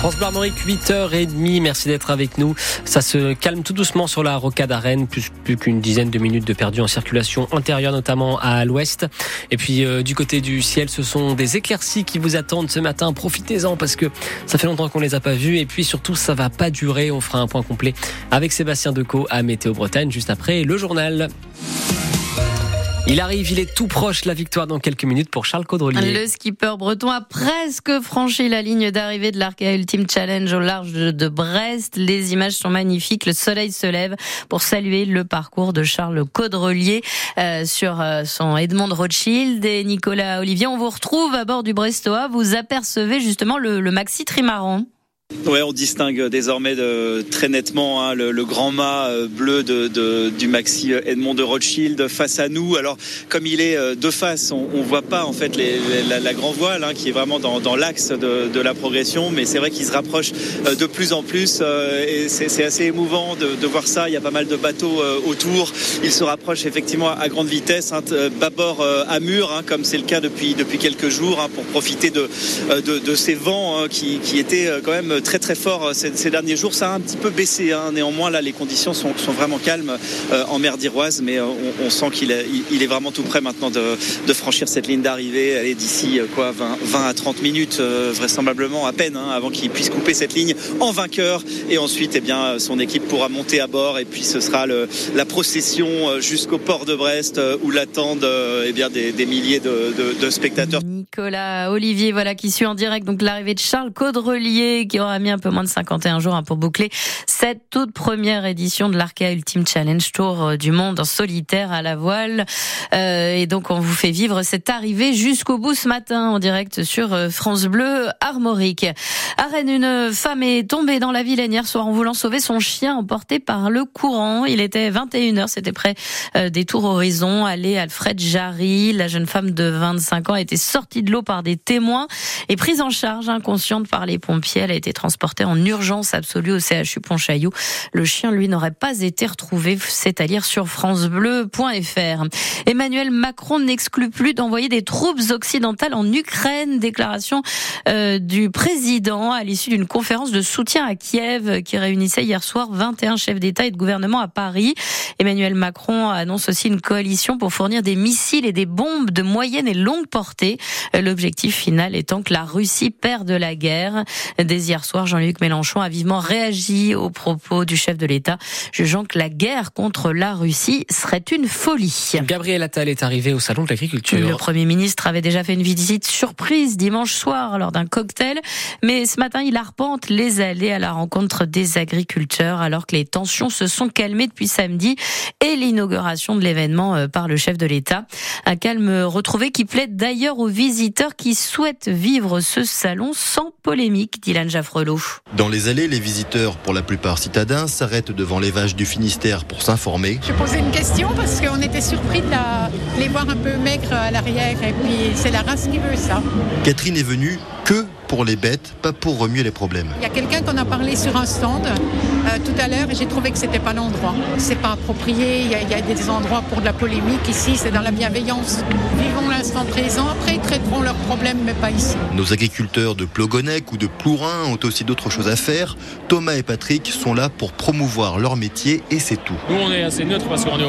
France Bleu Armorique, 8h30, merci d'être avec nous. Ça se calme tout doucement sur la rocade à Rennes, plus qu'une dizaine de minutes de perdu en circulation intérieure, notamment à l'ouest. Et puis du côté du ciel, ce sont des éclaircies qui vous attendent ce matin. Profitez-en parce que ça fait longtemps qu'on les a pas vues. Et puis surtout, ça va pas durer. On fera un point complet avec Sébastien Decaux à Météo Bretagne juste après le journal. Il arrive, il est tout proche, la victoire dans quelques minutes pour Charles Caudrelier. Le skipper breton a presque franchi la ligne d'arrivée de l'Arkea Ultimate Challenge au large de Brest. Les images sont magnifiques, le soleil se lève pour saluer le parcours de Charles Caudrelier sur son Edmond Rothschild. Et Nicolas Olivier, on vous retrouve à bord du Brestois, vous apercevez justement le maxi trimaran. Ouais, on distingue désormais très nettement le grand mât bleu du maxi Edmond de Rothschild face à nous. Alors comme il est de face, on voit pas en fait la grand voile qui est vraiment dans l'axe de la progression, mais c'est vrai qu'il se rapproche de plus en plus et c'est assez émouvant de voir ça. Il y a pas mal de bateaux autour. Il se rapproche effectivement à grande vitesse, bâbord à mur, comme c'est le cas depuis quelques jours, pour profiter de ces vents qui étaient quand même très très fort ces derniers jours. Ça a un petit peu baissé, néanmoins là les conditions sont vraiment calmes en mer d'Iroise, mais on sent qu'il est vraiment tout près maintenant de franchir cette ligne d'arrivée. Elle est d'ici 20 à 30 minutes vraisemblablement à peine avant qu'il puisse couper cette ligne en vainqueur, et ensuite son équipe pourra monter à bord et puis ce sera la procession jusqu'au port de Brest où l'attendent des milliers de spectateurs. Nicolas Olivier qui suit en direct donc l'arrivée de Charles Caudrelier qui aura mis un peu moins de 51 jours pour boucler cette toute première édition de l'Arkea Ultimate Challenge, tour du monde en solitaire à la voile. Et donc on vous fait vivre cette arrivée jusqu'au bout ce matin en direct sur France Bleu Armorique. À Rennes, une femme est tombée dans la Vilaine hier soir en voulant sauver son chien emporté par le courant. Il était 21h, c'était près des Tours Horizon, allée Alfred Jarry. La jeune femme de 25 ans a été sortie de l'eau par des témoins et prise en charge inconsciente par les pompiers. Elle a été transportée en urgence absolue au CHU Pontchaillou. Le chien, lui, n'aurait pas été retrouvé. C'est à lire sur francebleu.fr. Emmanuel Macron n'exclut plus d'envoyer des troupes occidentales en Ukraine. Déclaration du président à l'issue d'une conférence de soutien à Kiev qui réunissait hier soir 21 chefs d'État et de gouvernement à Paris. Emmanuel Macron annonce aussi une coalition pour fournir des missiles et des bombes de moyenne et longue portée. L'objectif final étant que la Russie perde la guerre. Dès hier soir, Jean-Luc Mélenchon a vivement réagi aux propos du chef de l'État, jugeant que la guerre contre la Russie serait une folie. Gabriel Attal est arrivé au Salon de l'Agriculture. Le Premier ministre avait déjà fait une visite surprise dimanche soir lors d'un cocktail, mais ce matin, il arpente les allées à la rencontre des agriculteurs alors que les tensions se sont calmées depuis samedi et l'inauguration de l'événement par le chef de l'État. Un calme retrouvé qui plaide d'ailleurs aux visiteurs qui souhaitent vivre ce salon sans polémique, Dylan Jaffrelot. Dans les allées, les visiteurs, pour la plupart citadins, s'arrêtent devant les vaches du Finistère pour s'informer. Je posais une question parce qu'on était surpris de les voir un peu maigres à l'arrière et puis c'est la race qui veut ça. Catherine est venue que pour les bêtes, pas pour remuer les problèmes. Il y a quelqu'un qu'on a parlé sur un stand tout à l'heure et j'ai trouvé que c'était pas l'endroit. C'est pas approprié, il y a des endroits pour de la polémique. Ici, c'est dans la bienveillance. Vivons l'instant présent, après ils traiteront leurs problèmes, mais pas ici. Nos agriculteurs de Plogonec ou de Plourin ont aussi d'autres choses à faire. Thomas et Patrick sont là pour promouvoir leur métier et c'est tout. Nous, on est assez neutre parce qu'on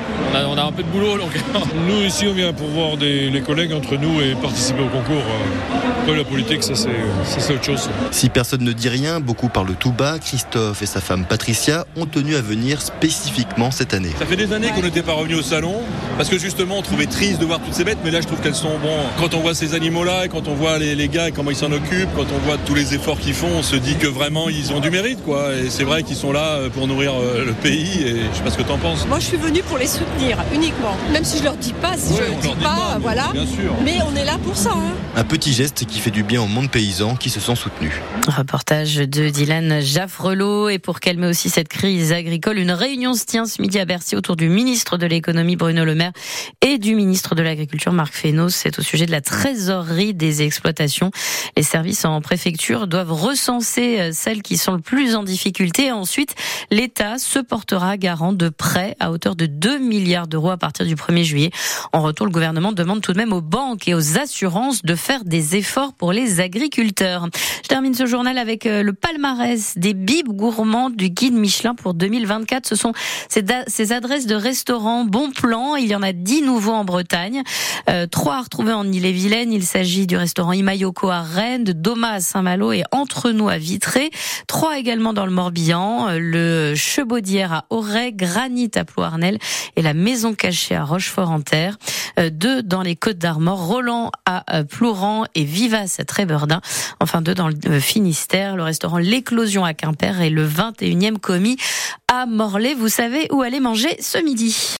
a un peu de boulot. Donc... Nous, ici, on vient pour voir les collègues entre nous et participer au concours. Après, la politique, ça, c'est autre chose. Si personne ne dit rien, beaucoup parlent tout bas. Christophe et sa femme Patricia ont tenu à venir spécifiquement cette année. Ça fait des années qu'on n'était pas revenu au salon parce que justement, on trouvait triste de voir toutes ces bêtes, mais là, je trouve qu'elles sont quand on voit ces animaux-là, et quand on voit les gars et comment ils s'en occupent, quand on voit tous les efforts qu'ils font, on se dit que vraiment, ils ont du mérite, quoi. Et c'est vrai qu'ils sont là pour nourrir le pays. Et je sais pas ce que t'en penses. Moi, je suis venue pour les soutenir uniquement. Même si je leur dis pas, voilà. Bien sûr. Mais on est là pour ça. Un petit geste qui fait du bien au monde paysan qui se sent soutenu. Reportage de Dylan Jaffrelot. Et pour calmer aussi cette crise agricole, une réunion se tient ce midi à Bercy autour du ministre de l'économie Bruno Le Maire et du ministre de l'agriculture Marc Fesneau. C'est au sujet de la trésorerie des exploitations. Les services en préfecture doivent recenser celles qui sont le plus en difficulté. Et ensuite, l'État se portera garant de prêts à hauteur de 2 milliards d'euros à partir du 1er juillet. En retour, le gouvernement demande tout de même aux banques et aux assurances de faire des efforts pour les agriculteurs. agriculteurs. Je termine ce journal avec le palmarès des bibes gourmandes du guide Michelin pour 2024. Ce sont ces adresses de restaurants bon plan. Il y en a 10 nouveaux en Bretagne. 3 à retrouver en Ille-et-Vilaine. Il s'agit du restaurant Imayoko à Rennes, de Doma à Saint-Malo et Entre-nous à Vitré. 3 également dans le Morbihan, le Chebaudière à Auray, Granit à Plouarnel et la Maison Cachée à Rochefort-en-Terre. 2 dans les Côtes-d'Armor, Roland à Plouran et Vivace à Trébeurdin. Enfin 2 dans le Finistère, le restaurant L'Éclosion à Quimper et le 21e commis à Morlaix. Vous savez où aller manger ce midi.